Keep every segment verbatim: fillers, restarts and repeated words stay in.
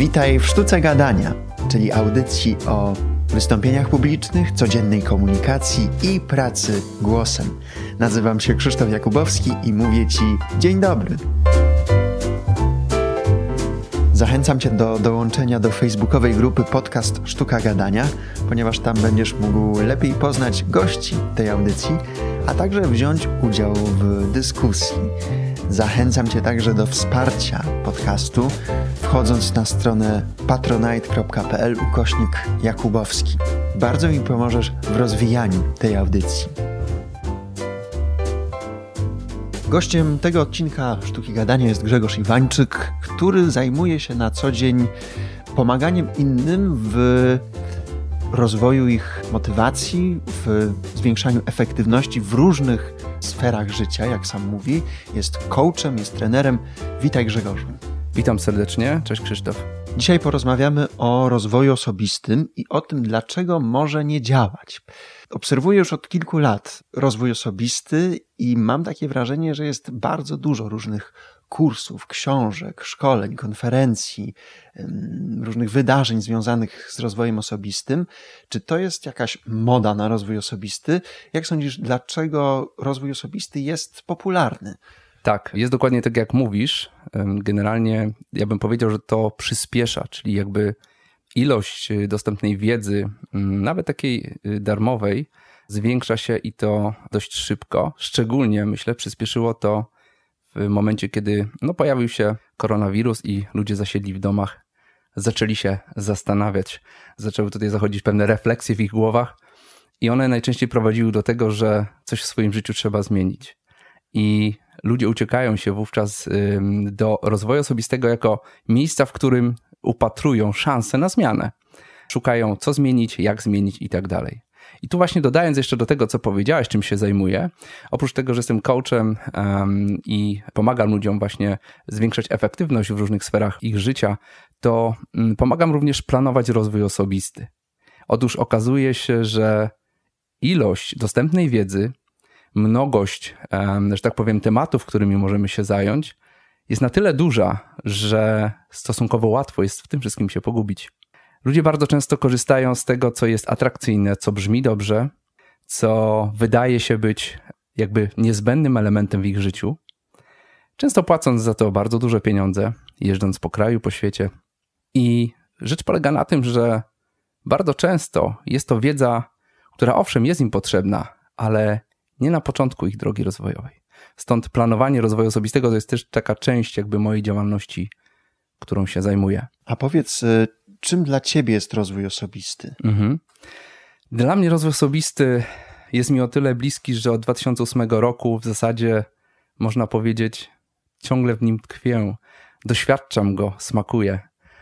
Witaj w Sztuce Gadania, czyli audycji o wystąpieniach publicznych, codziennej komunikacji i pracy głosem. Nazywam się Krzysztof Jakubowski i mówię Ci dzień dobry. Zachęcam Cię do dołączenia do facebookowej grupy Podcast Sztuka Gadania, ponieważ tam będziesz mógł lepiej poznać gości tej audycji, a także wziąć udział w dyskusji. Zachęcam Cię także do wsparcia podcastu, wchodząc na stronę patronite.pl ukośnik Jakubowski. Bardzo mi pomożesz w rozwijaniu tej audycji. Gościem tego odcinka Sztuki Gadania jest Grzegorz Iwańczyk, który zajmuje się na co dzień pomaganiem innym w rozwoju ich motywacji, w zwiększaniu efektywności w różnych sferach życia, jak sam mówi. Jest coachem, jest trenerem. Witaj, Grzegorzu. Witam serdecznie. Cześć, Krzysztof. Dzisiaj porozmawiamy o rozwoju osobistym i o tym, dlaczego może nie działać. Obserwuję już od kilku lat rozwój osobisty i mam takie wrażenie, że jest bardzo dużo różnych kursów, książek, szkoleń, konferencji, różnych wydarzeń związanych z rozwojem osobistym. Czy to jest jakaś moda na rozwój osobisty? Jak sądzisz, dlaczego rozwój osobisty jest popularny? Tak, jest dokładnie tak, jak mówisz. Generalnie ja bym powiedział, że to przyspiesza, czyli jakby ilość dostępnej wiedzy, nawet takiej darmowej, zwiększa się i to dość szybko. Szczególnie, myślę, przyspieszyło to w momencie, kiedy no, pojawił się koronawirus i ludzie zasiedli w domach, zaczęli się zastanawiać, zaczęły tutaj zachodzić pewne refleksje w ich głowach i one najczęściej prowadziły do tego, że coś w swoim życiu trzeba zmienić. I ludzie uciekają się wówczas do rozwoju osobistego jako miejsca, w którym upatrują szansę na zmianę. Szukają, co zmienić, jak zmienić i tak dalej. I tu właśnie dodając jeszcze do tego, co powiedziałeś, czym się zajmuję, oprócz tego, że jestem coachem um, i pomagam ludziom właśnie zwiększać efektywność w różnych sferach ich życia, to um, pomagam również planować rozwój osobisty. Otóż okazuje się, że ilość dostępnej wiedzy, mnogość, um, że tak powiem, tematów, którymi możemy się zająć, jest na tyle duża, że stosunkowo łatwo jest w tym wszystkim się pogubić. Ludzie bardzo często korzystają z tego, co jest atrakcyjne, co brzmi dobrze, co wydaje się być jakby niezbędnym elementem w ich życiu, często płacąc za to bardzo duże pieniądze, jeżdżąc po kraju, po świecie. I rzecz polega na tym, że bardzo często jest to wiedza, która owszem jest im potrzebna, ale nie na początku ich drogi rozwojowej. Stąd planowanie rozwoju osobistego to jest też taka część jakby mojej działalności, którą się zajmuję. A powiedz, czym dla Ciebie jest rozwój osobisty? Mhm. Dla mnie rozwój osobisty jest mi o tyle bliski, że od dwa tysiące ósmego roku w zasadzie można powiedzieć ciągle w nim tkwię. Doświadczam go, smakuję.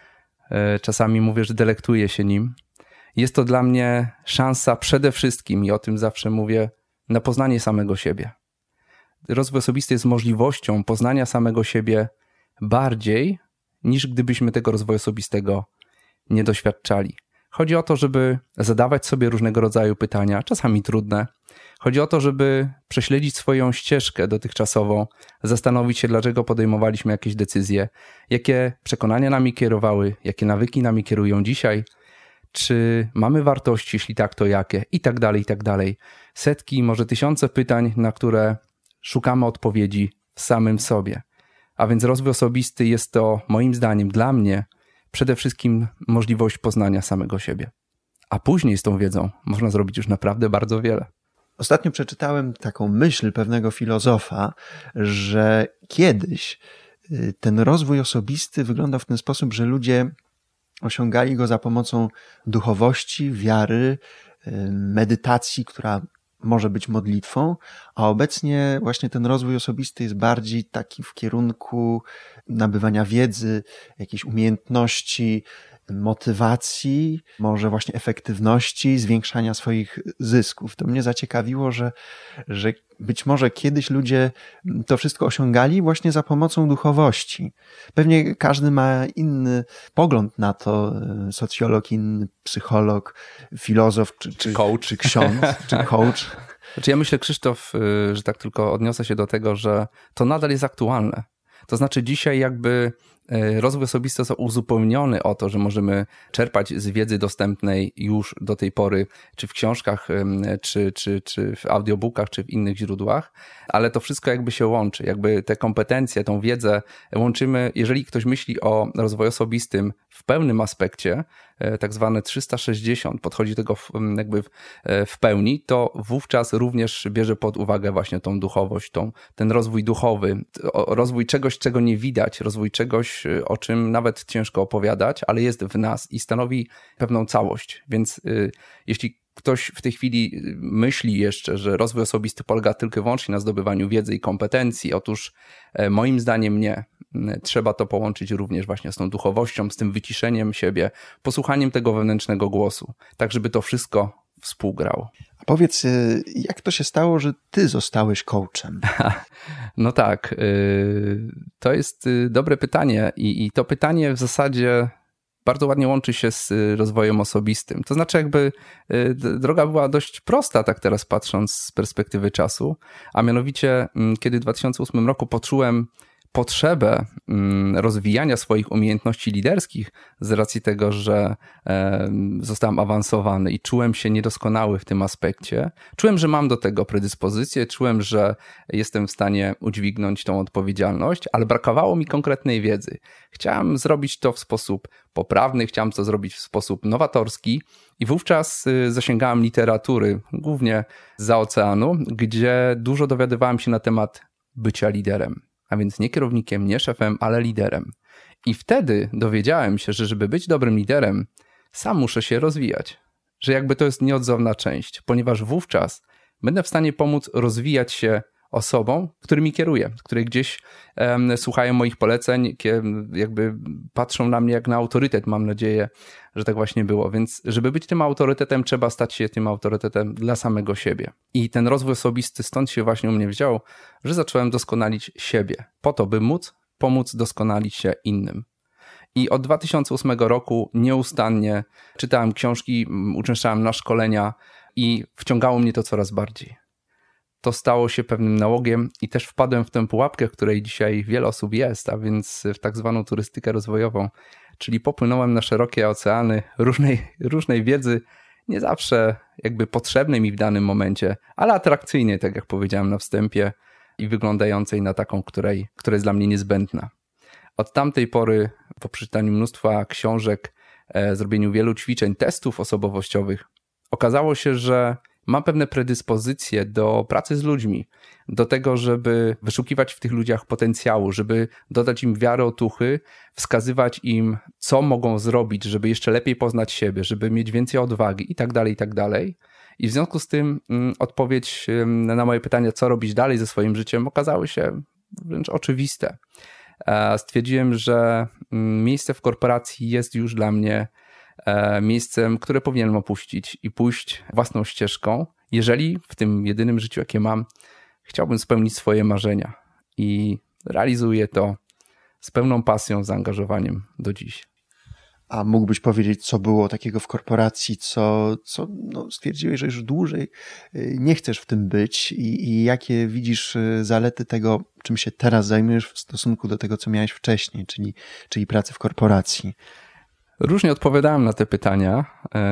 Czasami mówię, że delektuję się nim. Jest to dla mnie szansa przede wszystkim, i o tym zawsze mówię, na poznanie samego siebie. Rozwój osobisty jest możliwością poznania samego siebie bardziej niż gdybyśmy tego rozwoju osobistego nie doświadczali. Chodzi o to, żeby zadawać sobie różnego rodzaju pytania, czasami trudne. Chodzi o to, żeby prześledzić swoją ścieżkę dotychczasową, zastanowić się, dlaczego podejmowaliśmy jakieś decyzje, jakie przekonania nami kierowały, jakie nawyki nami kierują dzisiaj, czy mamy wartości, jeśli tak, to jakie, i tak dalej, i tak dalej. Setki, może tysiące pytań, na które szukamy odpowiedzi w samym sobie. A więc rozwój osobisty jest to, moim zdaniem, dla mnie przede wszystkim możliwość poznania samego siebie. A później z tą wiedzą można zrobić już naprawdę bardzo wiele. Ostatnio przeczytałem taką myśl pewnego filozofa, że kiedyś ten rozwój osobisty wyglądał w ten sposób, że ludzie osiągali go za pomocą duchowości, wiary, medytacji, która może być modlitwą, a obecnie właśnie ten rozwój osobisty jest bardziej taki w kierunku nabywania wiedzy, jakiejś umiejętności, motywacji, może właśnie efektywności, zwiększania swoich zysków. To mnie zaciekawiło, że, że być może kiedyś ludzie to wszystko osiągali właśnie za pomocą duchowości. Pewnie każdy ma inny pogląd na to, socjolog, inny psycholog, filozof, czy, czy, coach. czy ksiądz, czy coach. Znaczy ja myślę, Krzysztof, że tak tylko odniosę się do tego, że to nadal jest aktualne. To znaczy dzisiaj jakby rozwój osobisty został uzupełniony o to, że możemy czerpać z wiedzy dostępnej już do tej pory, czy w książkach, czy, czy, czy w audiobookach, czy w innych źródłach, ale to wszystko jakby się łączy, jakby te kompetencje, tą wiedzę łączymy. Jeżeli ktoś myśli o rozwoju osobistym w pełnym aspekcie, tak zwane trzysta sześćdziesiąt, podchodzi tego w, jakby w, w pełni, to wówczas również bierze pod uwagę właśnie tą duchowość, tą, ten rozwój duchowy, rozwój czegoś, czego nie widać, rozwój czegoś, o czym nawet ciężko opowiadać, ale jest w nas i stanowi pewną całość. Więc y, jeśli ktoś w tej chwili myśli jeszcze, że rozwój osobisty polega tylko i wyłącznie na zdobywaniu wiedzy i kompetencji, otóż e, moim zdaniem nie. Trzeba to połączyć również właśnie z tą duchowością, z tym wyciszeniem siebie, posłuchaniem tego wewnętrznego głosu, tak żeby to wszystko współgrało. A powiedz, jak to się stało, że ty zostałeś coachem? No tak, to jest dobre pytanie i, i to pytanie w zasadzie bardzo ładnie łączy się z rozwojem osobistym. To znaczy jakby droga była dość prosta, tak teraz patrząc z perspektywy czasu, a mianowicie kiedy w dwa tysiące ósmym roku poczułem potrzebę rozwijania swoich umiejętności liderskich z racji tego, że zostałem awansowany i czułem się niedoskonały w tym aspekcie. Czułem, że mam do tego predyspozycję, czułem, że jestem w stanie udźwignąć tą odpowiedzialność, ale brakowało mi konkretnej wiedzy. Chciałem zrobić to w sposób poprawny, chciałem to zrobić w sposób nowatorski i wówczas zasięgałem literatury, głównie zza oceanu, gdzie dużo dowiadywałem się na temat bycia liderem. A więc nie kierownikiem, nie szefem, ale liderem. I wtedy dowiedziałem się, że żeby być dobrym liderem, sam muszę się rozwijać. Że jakby to jest nieodzowna część, ponieważ wówczas będę w stanie pomóc rozwijać się osobom, którymi kieruję, które gdzieś um, słuchają moich poleceń, jakby patrzą na mnie jak na autorytet. Mam nadzieję, że tak właśnie było. Więc żeby być tym autorytetem, trzeba stać się tym autorytetem dla samego siebie. I ten rozwój osobisty stąd się właśnie u mnie wziął, że zacząłem doskonalić siebie po to, by móc pomóc doskonalić się innym. I od dwa tysiące ósmego roku nieustannie czytałem książki, uczęszczałem na szkolenia i wciągało mnie to coraz bardziej. To stało się pewnym nałogiem i też wpadłem w tę pułapkę, w której dzisiaj wiele osób jest, a więc w tak zwaną turystykę rozwojową, czyli popłynąłem na szerokie oceany różnej, różnej wiedzy, nie zawsze jakby potrzebnej mi w danym momencie, ale atrakcyjnej, tak jak powiedziałem na wstępie i wyglądającej na taką, której, która jest dla mnie niezbędna. Od tamtej pory po przeczytaniu mnóstwa książek, e, zrobieniu wielu ćwiczeń, testów osobowościowych, okazało się, że mam pewne predyspozycje do pracy z ludźmi, do tego, żeby wyszukiwać w tych ludziach potencjału, żeby dodać im wiarę, otuchy, wskazywać im, co mogą zrobić, żeby jeszcze lepiej poznać siebie, żeby mieć więcej odwagi i tak dalej, i tak dalej. I w związku z tym mm, odpowiedź na moje pytanie, co robić dalej ze swoim życiem, okazały się wręcz oczywiste. Stwierdziłem, że miejsce w korporacji jest już dla mnie miejscem, które powinienem opuścić i pójść własną ścieżką, jeżeli w tym jedynym życiu, jakie mam, chciałbym spełnić swoje marzenia. I realizuję to z pełną pasją, zaangażowaniem do dziś. A mógłbyś powiedzieć, co było takiego w korporacji, co, co no, stwierdziłeś, że już dłużej nie chcesz w tym być i, i jakie widzisz zalety tego, czym się teraz zajmujesz w stosunku do tego, co miałeś wcześniej, czyli, czyli pracy w korporacji? Różnie odpowiadałem na te pytania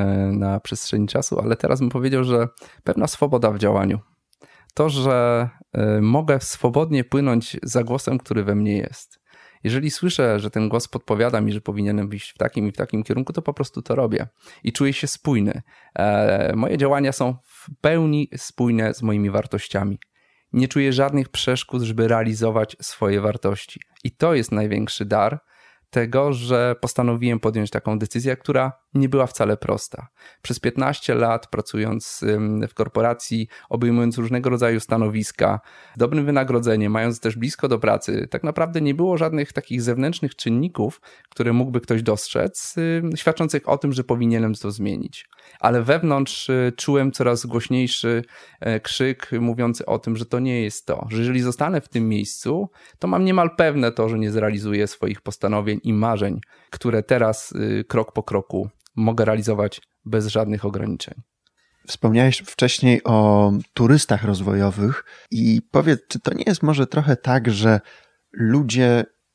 na przestrzeni czasu, ale teraz bym powiedział, że pewna swoboda w działaniu. To, że mogę swobodnie płynąć za głosem, który we mnie jest. Jeżeli słyszę, że ten głos podpowiada mi, że powinienem iść w takim i w takim kierunku, to po prostu to robię i czuję się spójny. Moje działania są w pełni spójne z moimi wartościami. Nie czuję żadnych przeszkód, żeby realizować swoje wartości. I to jest największy dar tego, że postanowiłem podjąć taką decyzję, która nie była wcale prosta. Przez piętnaście lat pracując w korporacji, obejmując różnego rodzaju stanowiska, z dobrym wynagrodzeniem, mając też blisko do pracy, tak naprawdę nie było żadnych takich zewnętrznych czynników, które mógłby ktoś dostrzec, świadczących o tym, że powinienem to zmienić. Ale wewnątrz czułem coraz głośniejszy krzyk mówiący o tym, że to nie jest to, że jeżeli zostanę w tym miejscu, to mam niemal pewne to, że nie zrealizuję swoich postanowień i marzeń, które teraz krok po kroku mogę realizować bez żadnych ograniczeń. Wspomniałeś wcześniej o turystach rozwojowych i powiedz, czy to nie jest może trochę tak, że ludzie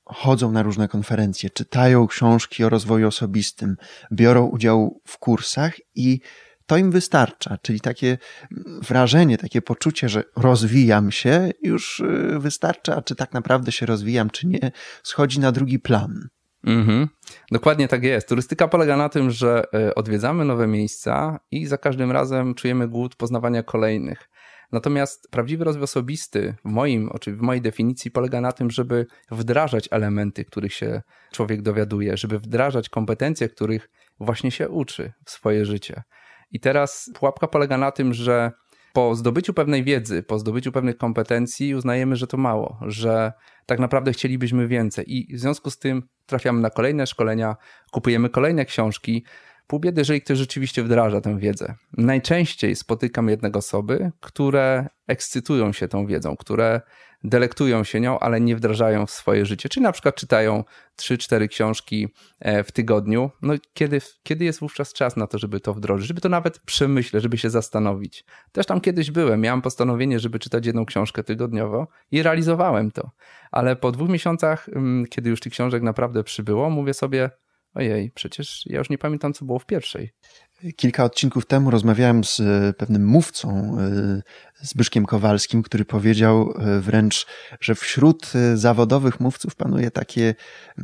chodzą na różne konferencje, czytają książki o rozwoju osobistym, biorą udział w kursach i to im wystarcza, czyli takie wrażenie, takie poczucie, że rozwijam się, już wystarcza, a czy tak naprawdę się rozwijam, czy nie, schodzi na drugi plan. Mhm. Dokładnie tak jest. Turystyka polega na tym, że odwiedzamy nowe miejsca i za każdym razem czujemy głód poznawania kolejnych. Natomiast prawdziwy rozwój osobisty w moim, w mojej definicji polega na tym, żeby wdrażać elementy, których się człowiek dowiaduje, żeby wdrażać kompetencje, których właśnie się uczy w swoje życie. I teraz pułapka polega na tym, że po zdobyciu pewnej wiedzy, po zdobyciu pewnych kompetencji uznajemy, że to mało, że tak naprawdę chcielibyśmy więcej i w związku z tym trafiamy na kolejne szkolenia, kupujemy kolejne książki. Pół biedy, jeżeli ktoś rzeczywiście wdraża tę wiedzę. Najczęściej spotykam jednak osoby, które ekscytują się tą wiedzą, które delektują się nią, ale nie wdrażają w swoje życie. Czyli na przykład czytają trzy cztery książki w tygodniu. No kiedy, kiedy jest wówczas czas na to, żeby to wdrożyć, żeby to nawet przemyśleć, żeby się zastanowić. Też tam kiedyś byłem, miałem postanowienie, żeby czytać jedną książkę tygodniowo i realizowałem to. Ale po dwóch miesiącach, kiedy już tych książek naprawdę przybyło, mówię sobie, ojej, przecież ja już nie pamiętam, co było w pierwszej. Kilka odcinków temu rozmawiałem z pewnym mówcą, Zbyszkiem Kowalskim, który powiedział wręcz, że wśród zawodowych mówców panuje takie,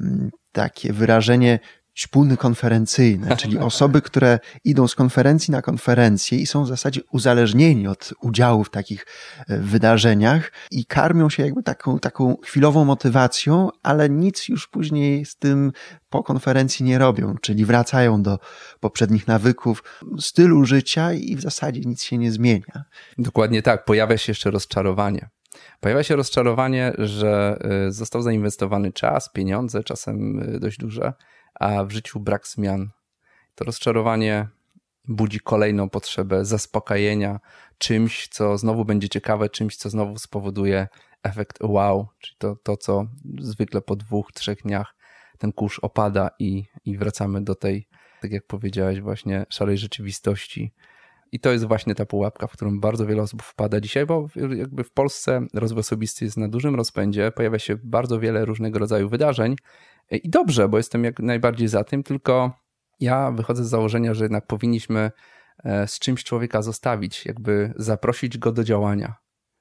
takie wyrażenie ćpuny konferencyjne, czyli osoby, które idą z konferencji na konferencję i są w zasadzie uzależnieni od udziału w takich wydarzeniach i karmią się jakby taką, taką chwilową motywacją, ale nic już później z tym po konferencji nie robią, czyli wracają do poprzednich nawyków, stylu życia i w zasadzie nic się nie zmienia. Dokładnie tak. Pojawia się jeszcze rozczarowanie. Pojawia się rozczarowanie, że został zainwestowany czas, pieniądze, czasem dość duże, a w życiu brak zmian. To rozczarowanie budzi kolejną potrzebę zaspokojenia czymś, co znowu będzie ciekawe, czymś, co znowu spowoduje efekt wow, czyli to, to co zwykle po dwóch, trzech dniach ten kurz opada i, i wracamy do tej, tak jak powiedziałeś, właśnie szarej rzeczywistości. I to jest właśnie ta pułapka, w którą bardzo wiele osób wpada dzisiaj, bo jakby w Polsce rozwój osobisty jest na dużym rozpędzie, pojawia się bardzo wiele różnego rodzaju wydarzeń i dobrze, bo jestem jak najbardziej za tym, tylko ja wychodzę z założenia, że jednak powinniśmy z czymś człowieka zostawić, jakby zaprosić go do działania,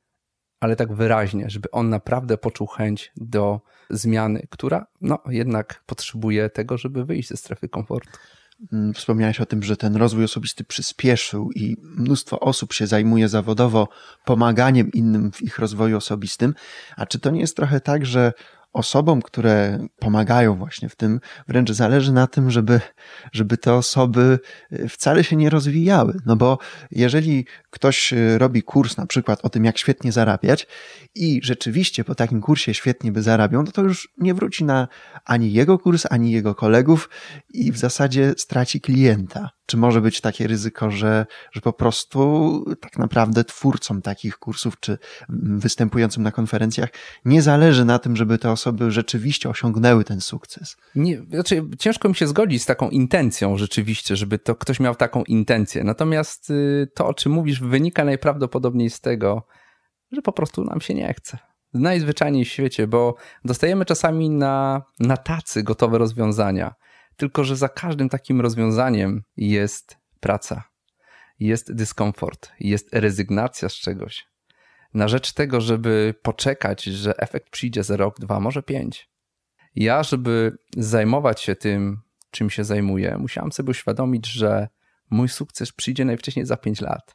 ale tak wyraźnie, żeby on naprawdę poczuł chęć do zmiany, która no jednak potrzebuje tego, żeby wyjść ze strefy komfortu. Wspomniałeś o tym, że ten rozwój osobisty przyspieszył i mnóstwo osób się zajmuje zawodowo pomaganiem innym w ich rozwoju osobistym. A czy to nie jest trochę tak, że osobom, które pomagają właśnie w tym, wręcz zależy na tym, żeby, żeby te osoby wcale się nie rozwijały? No bo jeżeli ktoś robi kurs na przykład o tym, jak świetnie zarabiać i rzeczywiście po takim kursie świetnie by zarabiał, no to już nie wróci na ani jego kurs, ani jego kolegów i w zasadzie straci klienta. Czy może być takie ryzyko, że, że po prostu tak naprawdę twórcom takich kursów czy występującym na konferencjach nie zależy na tym, żeby te osoby rzeczywiście osiągnęły ten sukces? Nie, znaczy ciężko mi się zgodzić z taką intencją rzeczywiście, żeby to ktoś miał taką intencję. Natomiast to, o czym mówisz, wynika najprawdopodobniej z tego, że po prostu nam się nie chce. Najzwyczajniej w świecie, bo dostajemy czasami na, na tacy gotowe rozwiązania. Tylko że za każdym takim rozwiązaniem jest praca, jest dyskomfort, jest rezygnacja z czegoś. Na rzecz tego, żeby poczekać, że efekt przyjdzie za rok, dwa, może pięć. Ja, żeby zajmować się tym, czym się zajmuję, musiałem sobie uświadomić, że mój sukces przyjdzie najwcześniej za pięć lat.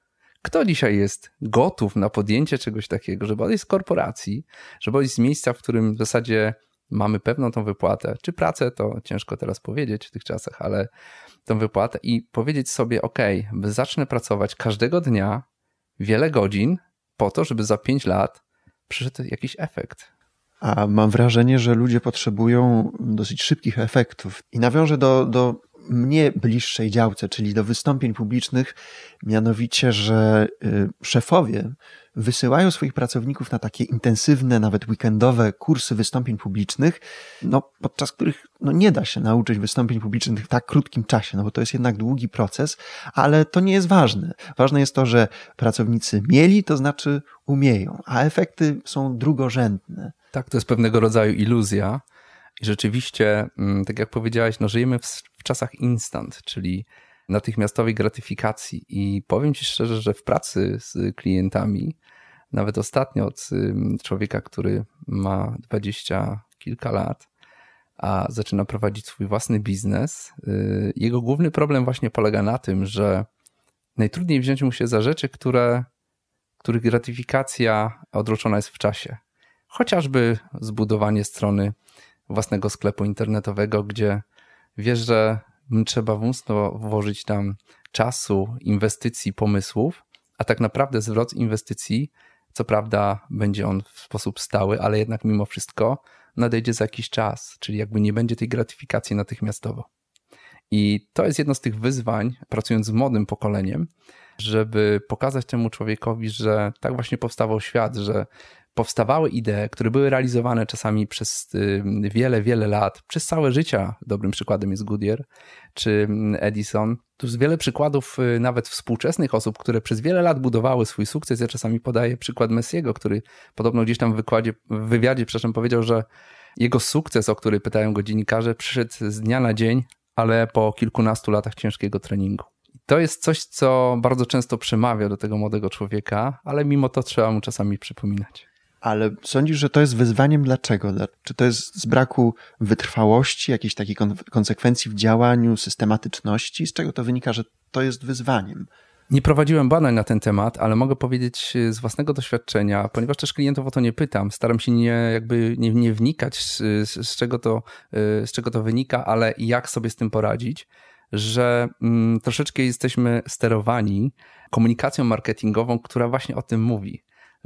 Kto dzisiaj jest gotów na podjęcie czegoś takiego, żeby odejść z korporacji, żeby odejść z miejsca, w którym w zasadzie mamy pewną tą wypłatę, czy pracę, to ciężko teraz powiedzieć w tych czasach, ale tą wypłatę i powiedzieć sobie, ok, zacznę pracować każdego dnia wiele godzin po to, żeby za pięć lat przyszedł jakiś efekt. A mam wrażenie, że ludzie potrzebują dosyć szybkich efektów. I nawiążę do, do mnie bliższej działce, czyli do wystąpień publicznych, mianowicie, że szefowie wysyłają swoich pracowników na takie intensywne, nawet weekendowe kursy wystąpień publicznych, no, podczas których no, nie da się nauczyć wystąpień publicznych w tak krótkim czasie, no bo to jest jednak długi proces, ale to nie jest ważne. Ważne jest to, że pracownicy mieli, to znaczy umieją, a efekty są drugorzędne. Tak, to jest pewnego rodzaju iluzja i rzeczywiście, tak jak powiedziałeś, no żyjemy w, w czasach instant, czyli natychmiastowej gratyfikacji i powiem ci szczerze, że w pracy z klientami, nawet ostatnio od człowieka, który ma dwadzieścia kilka lat, a zaczyna prowadzić swój własny biznes, jego główny problem właśnie polega na tym, że najtrudniej wziąć mu się za rzeczy, które, których gratyfikacja odroczona jest w czasie. Chociażby zbudowanie strony własnego sklepu internetowego, gdzie wiesz, że trzeba mocno włożyć tam czasu, inwestycji, pomysłów, a tak naprawdę zwrot inwestycji, co prawda będzie on w sposób stały, ale jednak mimo wszystko nadejdzie za jakiś czas, czyli jakby nie będzie tej gratyfikacji natychmiastowo. I to jest jedno z tych wyzwań, pracując z młodym pokoleniem, żeby pokazać temu człowiekowi, że tak właśnie powstawał świat, że powstawały idee, które były realizowane czasami przez wiele, wiele lat, przez całe życie. Dobrym przykładem jest Goodyear czy Edison. Tu jest wiele przykładów nawet współczesnych osób, które przez wiele lat budowały swój sukces. Ja czasami podaję przykład Messiego, który podobno gdzieś tam w wykładzie, w wywiadzie, przepraszam, powiedział, że jego sukces, o który pytają go dziennikarze, przyszedł z dnia na dzień, ale po kilkunastu latach ciężkiego treningu. To jest coś, co bardzo często przemawia do tego młodego człowieka, ale mimo to trzeba mu czasami przypominać. Ale sądzisz, że to jest wyzwaniem dlaczego? Czy to jest z braku wytrwałości, jakiejś takiej konsekwencji w działaniu, systematyczności? Z czego to wynika, że to jest wyzwaniem? Nie prowadziłem badań na ten temat, ale mogę powiedzieć z własnego doświadczenia, ponieważ też klientów o to nie pytam, staram się nie, jakby nie, nie wnikać z, z, czego to, z czego to wynika, ale jak sobie z tym poradzić, że mm, troszeczkę jesteśmy sterowani komunikacją marketingową, która właśnie o tym mówi,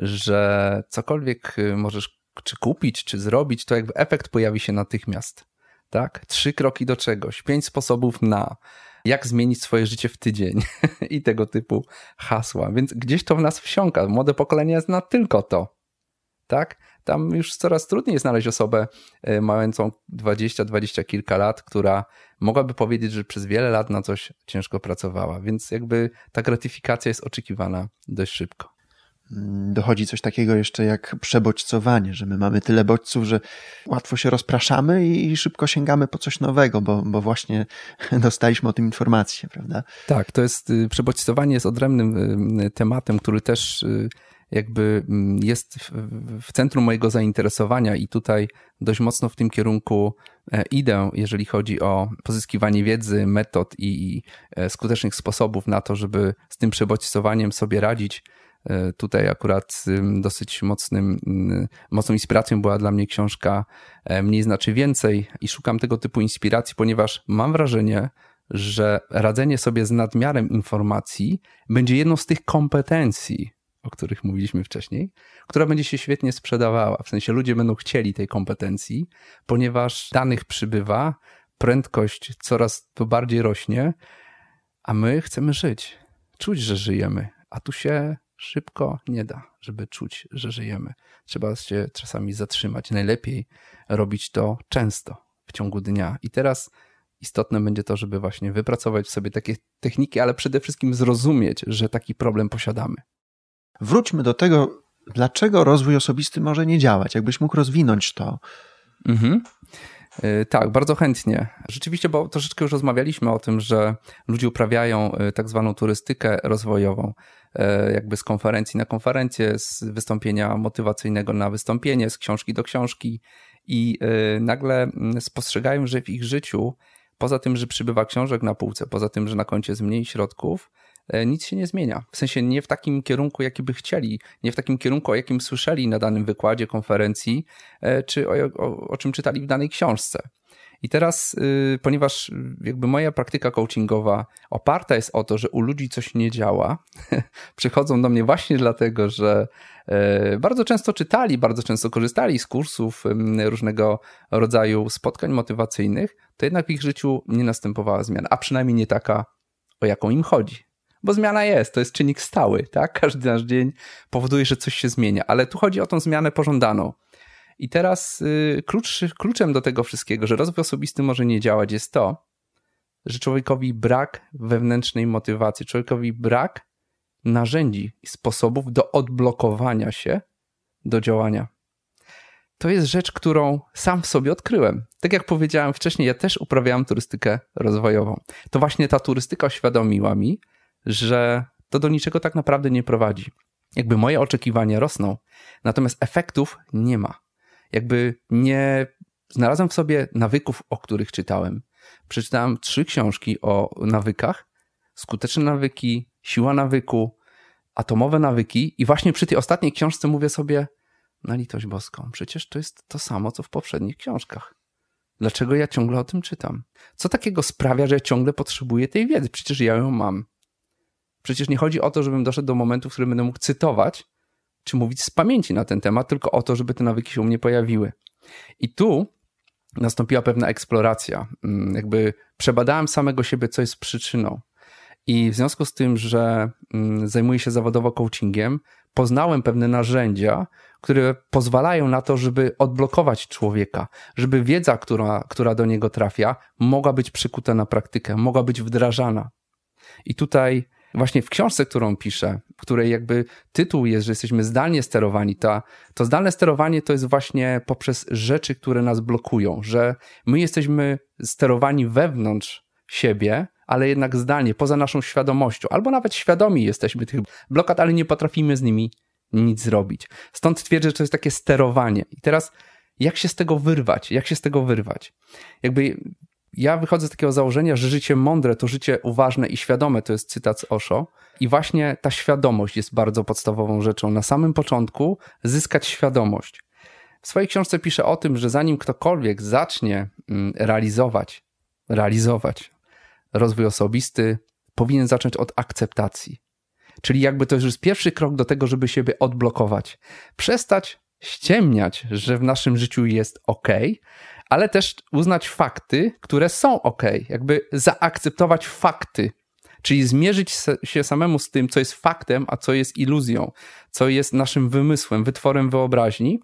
że cokolwiek możesz czy kupić, czy zrobić, to jakby efekt pojawi się natychmiast. Tak? Trzy kroki do czegoś, pięć sposobów na, jak zmienić swoje życie w tydzień i tego typu hasła. Więc gdzieś to w nas wsiąka. Młode pokolenie zna tylko to. Tak? Tam już coraz trudniej znaleźć osobę mającą dwadzieścia, dwadzieścia kilka lat, która mogłaby powiedzieć, że przez wiele lat na coś ciężko pracowała. Więc jakby ta gratyfikacja jest oczekiwana dość szybko. Dochodzi coś takiego jeszcze jak przebodźcowanie, że my mamy tyle bodźców, że łatwo się rozpraszamy i szybko sięgamy po coś nowego, bo, bo właśnie dostaliśmy o tym informację, prawda? Tak, to jest, przebodźcowanie jest odrębnym tematem, który też jakby jest w centrum mojego zainteresowania i tutaj dość mocno w tym kierunku idę, jeżeli chodzi o pozyskiwanie wiedzy, metod i skutecznych sposobów na to, żeby z tym przebodźcowaniem sobie radzić. Tutaj akurat dosyć mocnym, mocną inspiracją była dla mnie książka Mniej znaczy więcej i szukam tego typu inspiracji, ponieważ mam wrażenie, że radzenie sobie z nadmiarem informacji będzie jedną z tych kompetencji, o których mówiliśmy wcześniej, która będzie się świetnie sprzedawała. W sensie ludzie będą chcieli tej kompetencji, ponieważ danych przybywa, prędkość coraz to bardziej rośnie, a my chcemy żyć, czuć, że żyjemy, a tu się szybko nie da, żeby czuć, że żyjemy. Trzeba się czasami zatrzymać. Najlepiej robić to często w ciągu dnia. I teraz istotne będzie to, żeby właśnie wypracować w sobie takie techniki, ale przede wszystkim zrozumieć, że taki problem posiadamy. Wróćmy do tego, dlaczego rozwój osobisty może nie działać. Jakbyś mógł rozwinąć to. Mhm. Tak, bardzo chętnie. Rzeczywiście, bo troszeczkę już rozmawialiśmy o tym, że ludzie uprawiają tak zwaną turystykę rozwojową, jakby z konferencji na konferencję, z wystąpienia motywacyjnego na wystąpienie, z książki do książki i nagle spostrzegają, że w ich życiu, poza tym, że przybywa książek na półce, poza tym, że na koncie jest mniej środków, nic się nie zmienia. W sensie nie w takim kierunku, jaki by chcieli, nie w takim kierunku, o jakim słyszeli na danym wykładzie, konferencji, czy o, o, o czym czytali w danej książce. I teraz, yy, ponieważ jakby moja praktyka coachingowa oparta jest o to, że u ludzi coś nie działa, przychodzą do mnie właśnie dlatego, że yy, bardzo często czytali, bardzo często korzystali z kursów, yy, różnego rodzaju spotkań motywacyjnych, to jednak w ich życiu nie następowała zmiana, a przynajmniej nie taka, o jaką im chodzi. Bo zmiana jest, to jest czynnik stały, tak? Każdy nasz dzień powoduje, że coś się zmienia, ale tu chodzi o tą zmianę pożądaną. I teraz y, klucz, kluczem do tego wszystkiego, że rozwój osobisty może nie działać, jest to, że człowiekowi brak wewnętrznej motywacji, człowiekowi brak narzędzi i sposobów do odblokowania się do działania. to jest rzecz, którą sam w sobie odkryłem. Tak jak powiedziałem wcześniej, ja też uprawiałem turystykę rozwojową. To właśnie ta turystyka oświadomiła mi, że to do niczego tak naprawdę nie prowadzi. Jakby moje oczekiwania rosną, natomiast efektów nie ma. Jakby nie znalazłem w sobie nawyków, o których czytałem. Przeczytałem trzy książki o nawykach, skuteczne nawyki, siła nawyku, atomowe nawyki i właśnie przy tej ostatniej książce mówię sobie, na litość boską, przecież to jest to samo, co w poprzednich książkach. Dlaczego ja ciągle o tym czytam? Co takiego sprawia, że ja ciągle potrzebuję tej wiedzy? Przecież ja ją mam. Przecież nie chodzi o to, żebym doszedł do momentu, w którym będę mógł cytować, czy mówić z pamięci na ten temat, tylko o to, żeby te nawyki się u mnie pojawiły. I tu nastąpiła pewna eksploracja. Jakby przebadałem samego siebie, co jest przyczyną. I w związku z tym, że zajmuję się zawodowo coachingiem, poznałem pewne narzędzia, które pozwalają na to, żeby odblokować człowieka, żeby wiedza, która, która do niego trafia, mogła być przykuta na praktykę, mogła być wdrażana. I tutaj właśnie w książce, którą piszę, w której jakby tytuł jest, że jesteśmy zdalnie sterowani, ta, to zdalne sterowanie to jest właśnie poprzez rzeczy, które nas blokują, że my jesteśmy sterowani wewnątrz siebie, ale jednak zdalnie, poza naszą świadomością, albo nawet świadomi jesteśmy tych blokad, ale nie potrafimy z nimi nic zrobić. Stąd twierdzę, że to jest takie sterowanie. I teraz jak się z tego wyrwać? Jak się z tego wyrwać? Jakby ja wychodzę z takiego założenia, że życie mądre to życie uważne i świadome, to jest cytat z Osho. I właśnie ta świadomość jest bardzo podstawową rzeczą. Na samym początku zyskać świadomość. W swojej książce piszę o tym, że zanim ktokolwiek zacznie realizować, realizować rozwój osobisty, powinien zacząć od akceptacji. Czyli jakby to już jest pierwszy krok do tego, żeby siebie odblokować. Przestać ściemniać, że w naszym życiu jest ok, ale też uznać fakty, które są ok. Jakby zaakceptować fakty. Czyli zmierzyć się samemu z tym, co jest faktem, a co jest iluzją, co jest naszym wymysłem, wytworem wyobraźni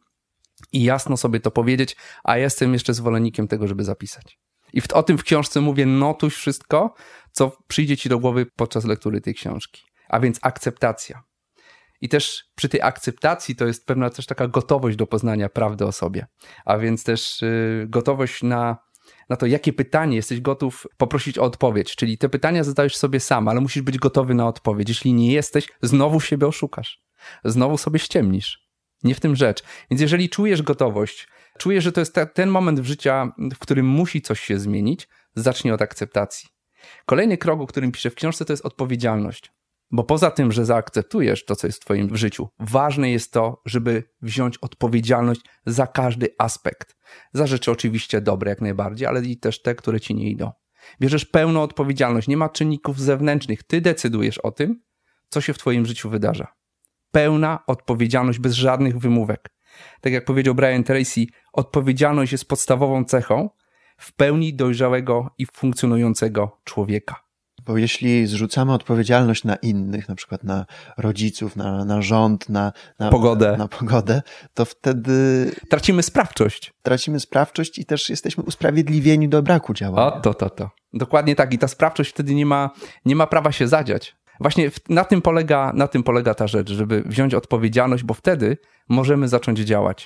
i jasno sobie to powiedzieć, a ja jestem jeszcze zwolennikiem tego, żeby zapisać. I w, o tym w książce mówię, notuj wszystko, co przyjdzie ci do głowy podczas lektury tej książki. A więc akceptacja. I też przy tej akceptacji to jest pewna też taka gotowość do poznania prawdy o sobie. A więc też yy, gotowość na, na to, jakie pytanie jesteś gotów poprosić o odpowiedź. Czyli te pytania zadajesz sobie sam, ale musisz być gotowy na odpowiedź. Jeśli nie jesteś, znowu siebie oszukasz. Znowu sobie ściemnisz. Nie w tym rzecz. Więc jeżeli czujesz gotowość, czujesz, że to jest ta, ten moment w życiu, w którym musi coś się zmienić, zacznij od akceptacji. Kolejny krok, o którym piszę w książce, to jest odpowiedzialność. Bo poza tym, że zaakceptujesz to, co jest w twoim życiu, ważne jest to, żeby wziąć odpowiedzialność za każdy aspekt. Za rzeczy oczywiście dobre jak najbardziej, ale i też te, które ci nie idą. Bierzesz pełną odpowiedzialność, nie ma czynników zewnętrznych. Ty decydujesz o tym, co się w twoim życiu wydarza. Pełna odpowiedzialność, bez żadnych wymówek. Tak jak powiedział Brian Tracy, odpowiedzialność jest podstawową cechą w pełni dojrzałego i funkcjonującego człowieka. Bo jeśli zrzucamy odpowiedzialność na innych, na przykład na rodziców, na, na rząd, na, na, pogodę. na pogodę, to wtedy tracimy sprawczość. Tracimy sprawczość i też jesteśmy usprawiedliwieni do braku działania. O, to, to, to. Dokładnie tak. I ta sprawczość wtedy nie ma, nie ma prawa się zadziać. Właśnie na tym polega, na tym polega ta rzecz, żeby wziąć odpowiedzialność, bo wtedy możemy zacząć działać.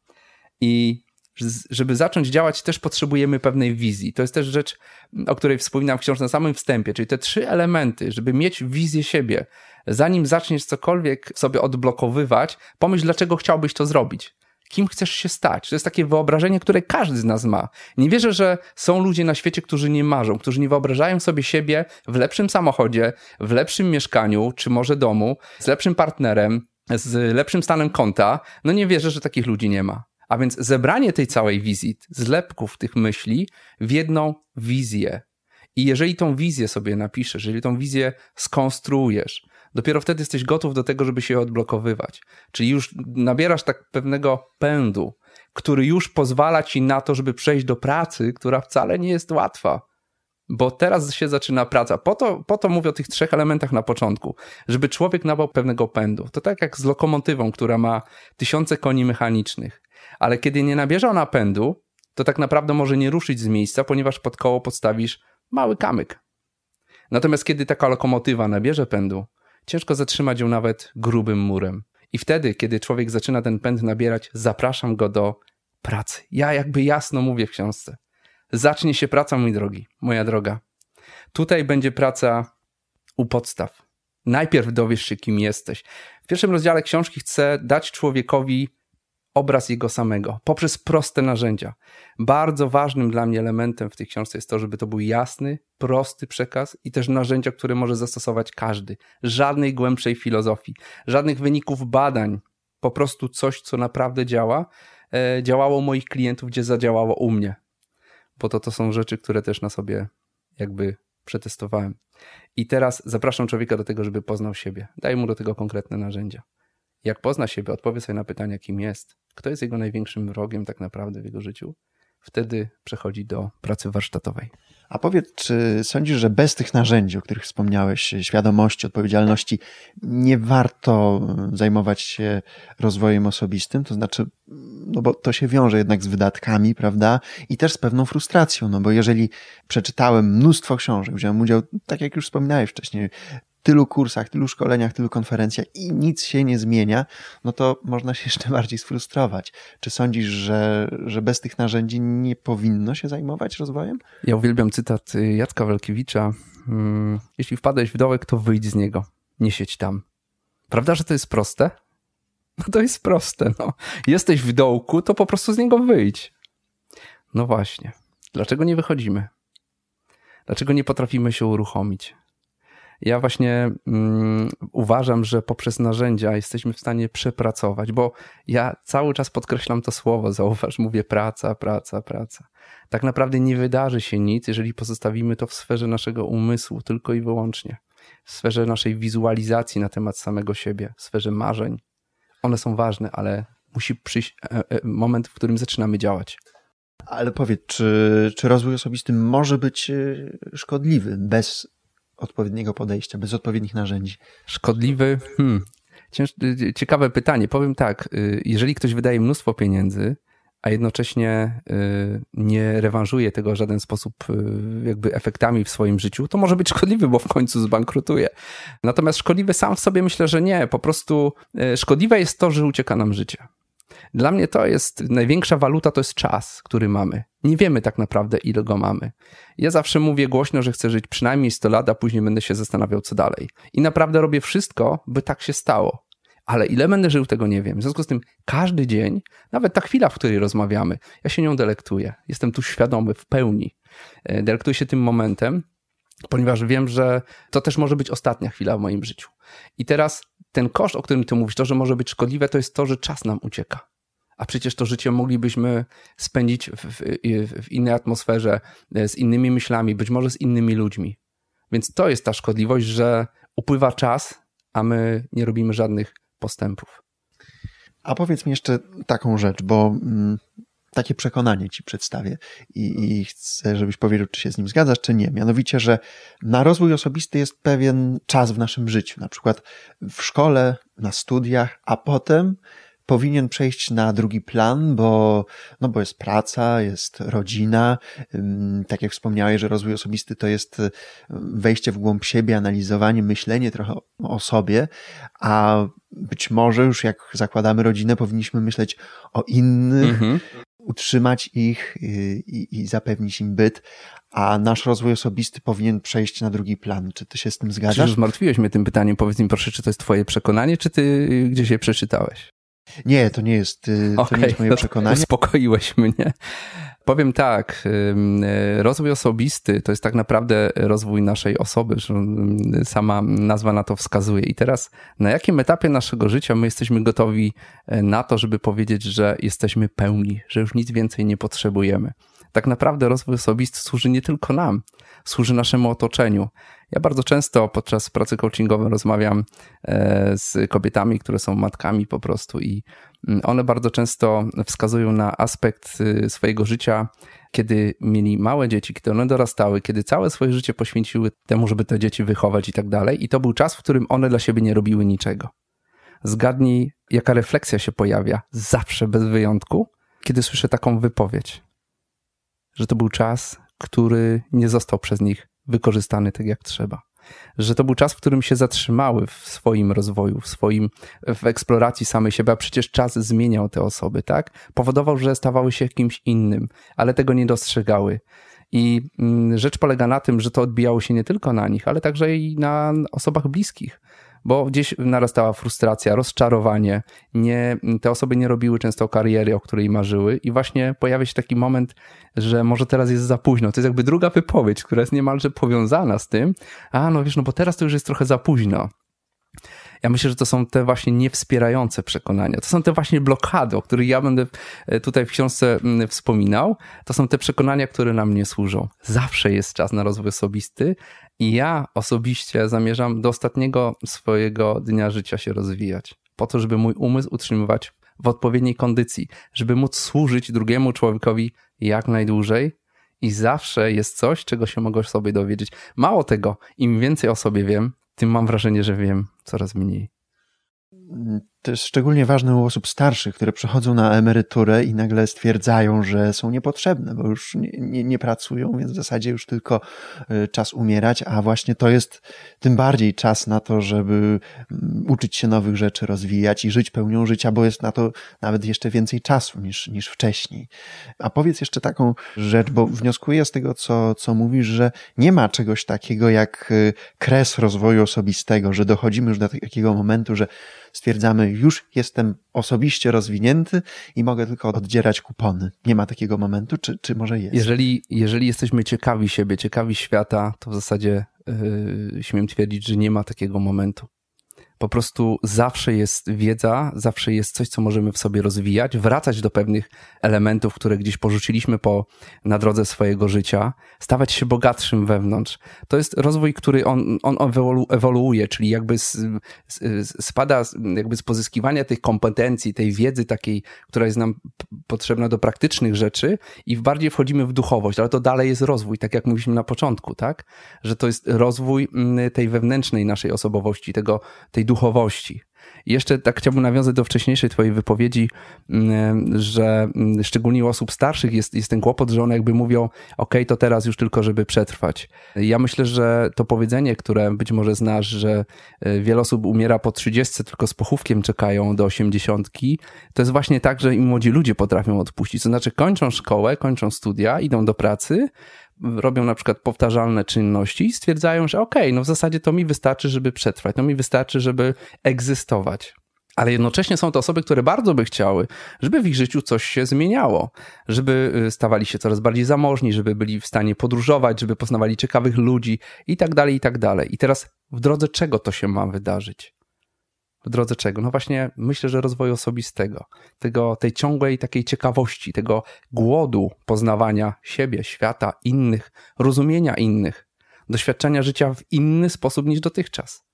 I żeby zacząć działać, też potrzebujemy pewnej wizji. To jest też rzecz, o której wspominam w książce na samym wstępie, czyli te trzy elementy, żeby mieć wizję siebie. Zanim zaczniesz cokolwiek sobie odblokowywać, pomyśl, dlaczego chciałbyś to zrobić. Kim chcesz się stać? To jest takie wyobrażenie, które każdy z nas ma. Nie wierzę, że są ludzie na świecie, którzy nie marzą, którzy nie wyobrażają sobie siebie w lepszym samochodzie, w lepszym mieszkaniu, czy może domu, z lepszym partnerem, z lepszym stanem konta. No nie wierzę, że takich ludzi nie ma. A więc zebranie tej całej wizji, zlepków tych myśli w jedną wizję. I jeżeli tą wizję sobie napiszesz, jeżeli tą wizję skonstruujesz, dopiero wtedy jesteś gotów do tego, żeby się odblokowywać. Czyli już nabierasz tak pewnego pędu, który już pozwala ci na to, żeby przejść do pracy, która wcale nie jest łatwa. Bo teraz się zaczyna praca. Po to, po to mówię o tych trzech elementach na początku. Żeby człowiek nabrał pewnego pędu. To tak jak z lokomotywą, która ma tysiące koni mechanicznych. Ale kiedy nie nabierze ona pędu, to tak naprawdę może nie ruszyć z miejsca, ponieważ pod koło podstawisz mały kamyk. Natomiast kiedy taka lokomotywa nabierze pędu, ciężko zatrzymać ją nawet grubym murem. I wtedy, kiedy człowiek zaczyna ten pęd nabierać, zapraszam go do pracy. Ja jakby jasno mówię w książce. Zacznie się praca, mój drogi, moja droga. Tutaj będzie praca u podstaw. Najpierw dowiesz się, kim jesteś. W pierwszym rozdziale książki chcę dać człowiekowi obraz jego samego poprzez proste narzędzia. Bardzo ważnym dla mnie elementem w tej książce jest to, żeby to był jasny, prosty przekaz i też narzędzia, które może zastosować każdy. Żadnej głębszej filozofii, żadnych wyników badań. Po prostu coś, co naprawdę działa. E, działało u moich klientów, gdzie zadziałało u mnie. Bo to, to są rzeczy, które też na sobie jakby przetestowałem. I teraz zapraszam człowieka do tego, żeby poznał siebie. Daj mu do tego konkretne narzędzia. Jak pozna siebie, odpowie sobie na pytania, kim jest, kto jest jego największym wrogiem tak naprawdę w jego życiu, wtedy przechodzi do pracy warsztatowej. A powiedz, czy sądzisz, że bez tych narzędzi, o których wspomniałeś, świadomości, odpowiedzialności, nie warto zajmować się rozwojem osobistym? To znaczy, no bo to się wiąże jednak z wydatkami, prawda? I też z pewną frustracją, no bo jeżeli przeczytałem mnóstwo książek, wziąłem udział, tak jak już wspominałeś wcześniej, tylu kursach, tylu szkoleniach, tylu konferencjach i nic się nie zmienia, no to można się jeszcze bardziej sfrustrować. Czy sądzisz, że, że bez tych narzędzi nie powinno się zajmować rozwojem? Ja uwielbiam cytat Jacka Walkiewicza. Jeśli wpadłeś w dołek, to wyjdź z niego. Nie siedź tam. Prawda, że to jest proste? No to jest proste. No. Jesteś w dołku, to po prostu z niego wyjdź. No właśnie. Dlaczego nie wychodzimy? Dlaczego nie potrafimy się uruchomić? Ja właśnie mm, uważam, że poprzez narzędzia jesteśmy w stanie przepracować, bo ja cały czas podkreślam to słowo, zauważ, mówię praca, praca, praca. Tak naprawdę nie wydarzy się nic, jeżeli pozostawimy to w sferze naszego umysłu tylko i wyłącznie. W sferze naszej wizualizacji na temat samego siebie, w sferze marzeń. One są ważne, ale musi przyjść moment, w którym zaczynamy działać. Ale powiedz, czy, czy rozwój osobisty może być szkodliwy bez odpowiedniego podejścia, bez odpowiednich narzędzi? Szkodliwy? Hmm. Cięż... Ciekawe pytanie. Powiem tak, jeżeli ktoś wydaje mnóstwo pieniędzy, a jednocześnie nie rewanżuje tego w żaden sposób jakby efektami w swoim życiu, to może być szkodliwy, bo w końcu zbankrutuje. Natomiast szkodliwy sam w sobie myślę, że nie. Po prostu szkodliwe jest to, że ucieka nam życie. Dla mnie to jest największa waluta, to jest czas, który mamy. Nie wiemy tak naprawdę, ile go mamy. Ja zawsze mówię głośno, że chcę żyć przynajmniej sto lat, a później będę się zastanawiał, co dalej. I naprawdę robię wszystko, by tak się stało. Ale ile będę żył, tego nie wiem. W związku z tym każdy dzień, nawet ta chwila, w której rozmawiamy, ja się nią delektuję. Jestem tu świadomy w pełni. Delektuję się tym momentem, ponieważ wiem, że to też może być ostatnia chwila w moim życiu. I teraz ten koszt, o którym ty mówisz, to, że może być szkodliwe, to jest to, że czas nam ucieka. A przecież to życie moglibyśmy spędzić w, w, w innej atmosferze, z innymi myślami, być może z innymi ludźmi. Więc to jest ta szkodliwość, że upływa czas, a my nie robimy żadnych postępów. A powiedz mi jeszcze taką rzecz, bo mm, takie przekonanie ci przedstawię i, i chcę, żebyś powiedział, czy się z nim zgadzasz, czy nie. Mianowicie, że na rozwój osobisty jest pewien czas w naszym życiu, na przykład w szkole, na studiach, a potem powinien przejść na drugi plan, bo, no bo jest praca, jest rodzina. Tak jak wspomniałeś, że rozwój osobisty to jest wejście w głąb siebie, analizowanie, myślenie trochę o sobie, a być może już jak zakładamy rodzinę, powinniśmy myśleć o innych, mhm. utrzymać ich i, i zapewnić im byt, a nasz rozwój osobisty powinien przejść na drugi plan. Czy ty się z tym zgadzasz? Czy zmartwiłeś mnie tym pytaniem? Powiedz mi proszę, czy to jest twoje przekonanie, czy ty gdzieś je przeczytałeś? Nie, to nie jest, to okay, nie jest moje przekonanie. Uspokoiłeś mnie. Powiem tak, rozwój osobisty to jest tak naprawdę rozwój naszej osoby, że sama nazwa na to wskazuje. I teraz na jakim etapie naszego życia my jesteśmy gotowi na to, żeby powiedzieć, że jesteśmy pełni, że już nic więcej nie potrzebujemy. Tak naprawdę rozwój osobisty służy nie tylko nam, służy naszemu otoczeniu. Ja bardzo często podczas pracy coachingowej rozmawiam z kobietami, które są matkami po prostu i one bardzo często wskazują na aspekt swojego życia, kiedy mieli małe dzieci, kiedy one dorastały, kiedy całe swoje życie poświęciły temu, żeby te dzieci wychować i tak dalej. I to był czas, w którym one dla siebie nie robiły niczego. Zgadnij, jaka refleksja się pojawia, zawsze bez wyjątku, kiedy słyszę taką wypowiedź, że to był czas, który nie został przez nich wykorzystany tak jak trzeba. że to był czas, w którym się zatrzymały w swoim rozwoju, w swoim, w eksploracji samej siebie, a przecież czas zmieniał te osoby, tak? Powodował, że stawały się kimś innym, ale tego nie dostrzegały. I rzecz polega na tym, że to odbijało się nie tylko na nich, ale także i na osobach bliskich, bo gdzieś narastała frustracja, rozczarowanie. Nie, te osoby nie robiły często kariery, o której marzyły i właśnie pojawia się taki moment, że może teraz jest za późno. To jest jakby druga wypowiedź, która jest niemalże powiązana z tym, a no wiesz, no bo teraz to już jest trochę za późno. Ja myślę, że to są te właśnie niewspierające przekonania. To są te właśnie blokady, o których ja będę tutaj w książce wspominał. To są te przekonania, które nam nie służą. Zawsze jest czas na rozwój osobisty i ja osobiście zamierzam do ostatniego swojego dnia życia się rozwijać. Po to, żeby mój umysł utrzymywać w odpowiedniej kondycji, żeby móc służyć drugiemu człowiekowi jak najdłużej. I zawsze jest coś, czego się mogę sobie dowiedzieć. Mało tego, im więcej o sobie wiem, tym mam wrażenie, że wiem coraz mniej. To jest szczególnie ważne u osób starszych, które przechodzą na emeryturę i nagle stwierdzają, że są niepotrzebne, bo już nie, nie, nie pracują, więc w zasadzie już tylko czas umierać, a właśnie to jest tym bardziej czas na to, żeby uczyć się nowych rzeczy, rozwijać i żyć pełnią życia, bo jest na to nawet jeszcze więcej czasu niż, niż wcześniej. A powiedz jeszcze taką rzecz, bo wnioskuję z tego, co, co mówisz, że nie ma czegoś takiego jak kres rozwoju osobistego, że dochodzimy już do takiego momentu, że stwierdzamy, już jestem osobiście rozwinięty i mogę tylko oddzierać kupony. Nie ma takiego momentu, czy, czy może jest? Jeżeli, jeżeli jesteśmy ciekawi siebie, ciekawi świata, to w zasadzie yy, śmiem twierdzić, że nie ma takiego momentu. Po prostu zawsze jest wiedza, zawsze jest coś, co możemy w sobie rozwijać, wracać do pewnych elementów, które gdzieś porzuciliśmy po, na drodze swojego życia, stawać się bogatszym wewnątrz. To jest rozwój, który on, on ewolu, ewoluuje, czyli jakby z, z, spada jakby z pozyskiwania tych kompetencji, tej wiedzy takiej, która jest nam potrzebna do praktycznych rzeczy i bardziej wchodzimy w duchowość, ale to dalej jest rozwój, tak jak mówiliśmy na początku, tak? Że to jest rozwój tej wewnętrznej naszej osobowości, tego, tej duchowości. I jeszcze tak chciałbym nawiązać do wcześniejszej twojej wypowiedzi, że szczególnie u osób starszych jest, jest ten kłopot, że one jakby mówią, ok, to teraz już tylko, żeby przetrwać. Ja myślę, że to powiedzenie, które być może znasz, że wiele osób umiera po trzydziestce, tylko z pochówkiem czekają do osiemdziesiątki, to jest właśnie tak, że i młodzi ludzie potrafią odpuścić. To znaczy kończą szkołę, kończą studia, idą do pracy, robią na przykład powtarzalne czynności i stwierdzają, że okej, okay, no w zasadzie to mi wystarczy, żeby przetrwać, to mi wystarczy, żeby egzystować. Ale jednocześnie są to osoby, które bardzo by chciały, żeby w ich życiu coś się zmieniało, żeby stawali się coraz bardziej zamożni, żeby byli w stanie podróżować, żeby poznawali ciekawych ludzi i tak dalej, i tak dalej. I teraz w drodze czego to się ma wydarzyć? W drodze czego? No właśnie myślę, że rozwoju osobistego, tego, tej ciągłej takiej ciekawości, tego głodu poznawania siebie, świata, innych, rozumienia innych, doświadczenia życia w inny sposób niż dotychczas.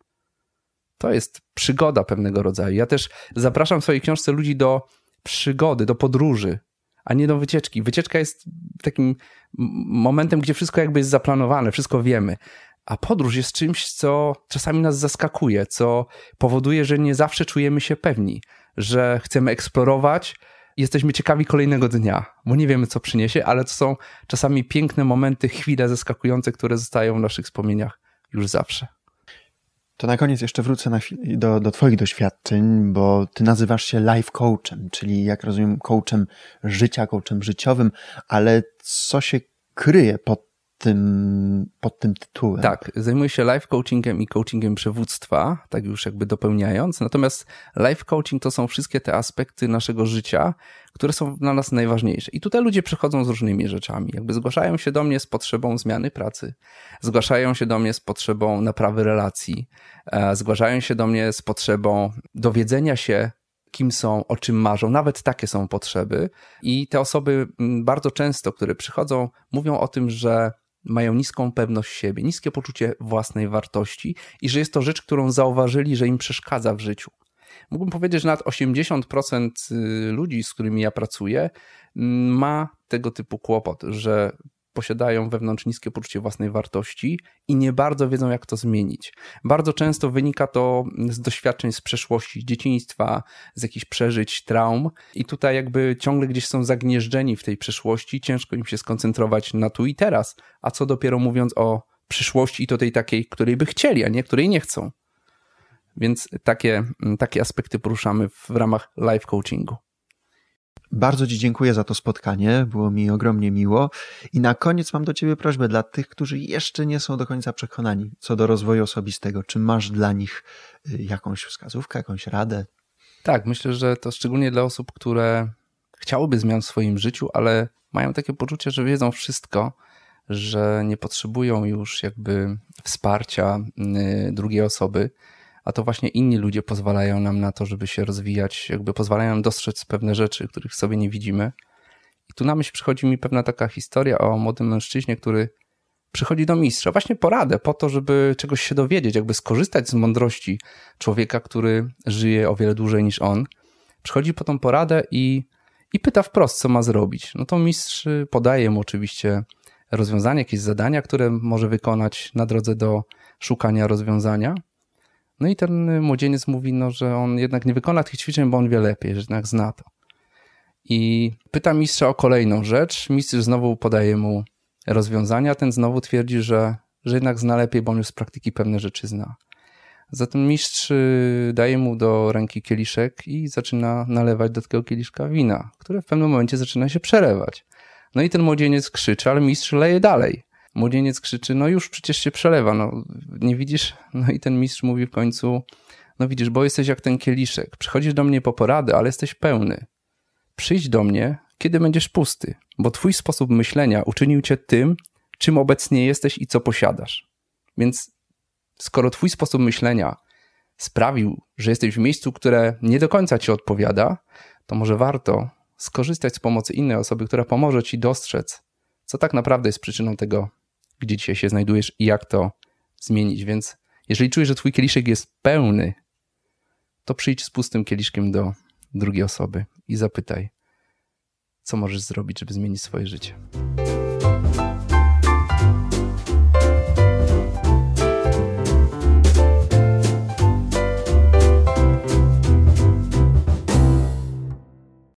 To jest przygoda pewnego rodzaju. Ja też zapraszam w swojej książce ludzi do przygody, do podróży, a nie do wycieczki. Wycieczka jest takim momentem, gdzie wszystko jakby jest zaplanowane, wszystko wiemy. A podróż jest czymś, co czasami nas zaskakuje, co powoduje, że nie zawsze czujemy się pewni, że chcemy eksplorować, jesteśmy ciekawi kolejnego dnia, bo nie wiemy, co przyniesie, ale to są czasami piękne momenty, chwile zaskakujące, które zostają w naszych wspomnieniach już zawsze. To na koniec jeszcze wrócę na chwilę do, do twoich doświadczeń, bo ty nazywasz się life coachem, czyli jak rozumiem coachem życia, coachem życiowym, ale co się kryje pod tym, pod tym tytułem? Tak, zajmuję się life coachingiem i coachingiem przywództwa, tak już jakby dopełniając. Natomiast life coaching to są wszystkie te aspekty naszego życia, które są dla nas najważniejsze. I tutaj ludzie przychodzą z różnymi rzeczami. Jakby zgłaszają się do mnie z potrzebą zmiany pracy, zgłaszają się do mnie z potrzebą naprawy relacji, zgłaszają się do mnie z potrzebą dowiedzenia się, kim są, o czym marzą. Nawet takie są potrzeby. I te osoby bardzo często, które przychodzą, mówią o tym, że mają niską pewność siebie, niskie poczucie własnej wartości i że jest to rzecz, którą zauważyli, że im przeszkadza w życiu. Mógłbym powiedzieć, że nawet osiemdziesiąt procent ludzi, z którymi ja pracuję, ma tego typu kłopot, że posiadają wewnątrz niskie poczucie własnej wartości i nie bardzo wiedzą, jak to zmienić. Bardzo często wynika to z doświadczeń z przeszłości, z dzieciństwa, z jakichś przeżyć, traum i tutaj jakby ciągle gdzieś są zagnieżdżeni w tej przeszłości, ciężko im się skoncentrować na tu i teraz, a co dopiero mówiąc o przyszłości i to tej takiej, której by chcieli, a nie której nie chcą. Więc takie, takie aspekty poruszamy w ramach life coachingu. Bardzo Ci dziękuję za to spotkanie, było mi ogromnie miło. I na koniec mam do Ciebie prośbę dla tych, którzy jeszcze nie są do końca przekonani co do rozwoju osobistego. Czy masz dla nich jakąś wskazówkę, jakąś radę? Tak, myślę, że to szczególnie dla osób, które chciałyby zmian w swoim życiu, ale mają takie poczucie, że wiedzą wszystko, że nie potrzebują już jakby wsparcia drugiej osoby, a to właśnie inni ludzie pozwalają nam na to, żeby się rozwijać, jakby pozwalają nam dostrzec pewne rzeczy, których sobie nie widzimy. I tu na myśl przychodzi mi pewna taka historia o młodym mężczyźnie, który przychodzi do mistrza, właśnie poradę po to, żeby czegoś się dowiedzieć, jakby skorzystać z mądrości człowieka, który żyje o wiele dłużej niż on. Przychodzi po tą poradę i, i pyta wprost, co ma zrobić. No to mistrz podaje mu oczywiście rozwiązania, jakieś zadania, które może wykonać na drodze do szukania rozwiązania. No i ten młodzieniec mówi, no, że on jednak nie wykona tych ćwiczeń, bo on wie lepiej, że jednak zna to. I pyta mistrza o kolejną rzecz. Mistrz znowu podaje mu rozwiązania. Ten znowu twierdzi, że, że jednak zna lepiej, bo on już z praktyki pewne rzeczy zna. Zatem mistrz daje mu do ręki kieliszek i zaczyna nalewać do tego kieliszka wina, które w pewnym momencie zaczyna się przelewać. No i ten młodzieniec krzyczy, ale mistrz leje dalej. Młodzieniec krzyczy, no już przecież się przelewa, no nie widzisz? No i ten mistrz mówi w końcu, no widzisz, bo jesteś jak ten kieliszek. Przychodzisz do mnie po poradę, ale jesteś pełny. Przyjdź do mnie, kiedy będziesz pusty, bo twój sposób myślenia uczynił cię tym, czym obecnie jesteś i co posiadasz. Więc skoro twój sposób myślenia sprawił, że jesteś w miejscu, które nie do końca ci odpowiada, to może warto skorzystać z pomocy innej osoby, która pomoże ci dostrzec, co tak naprawdę jest przyczyną tego, gdzie dzisiaj się znajdujesz i jak to zmienić. Więc jeżeli czujesz, że twój kieliszek jest pełny, to przyjdź z pustym kieliszkiem do drugiej osoby i zapytaj, co możesz zrobić, żeby zmienić swoje życie.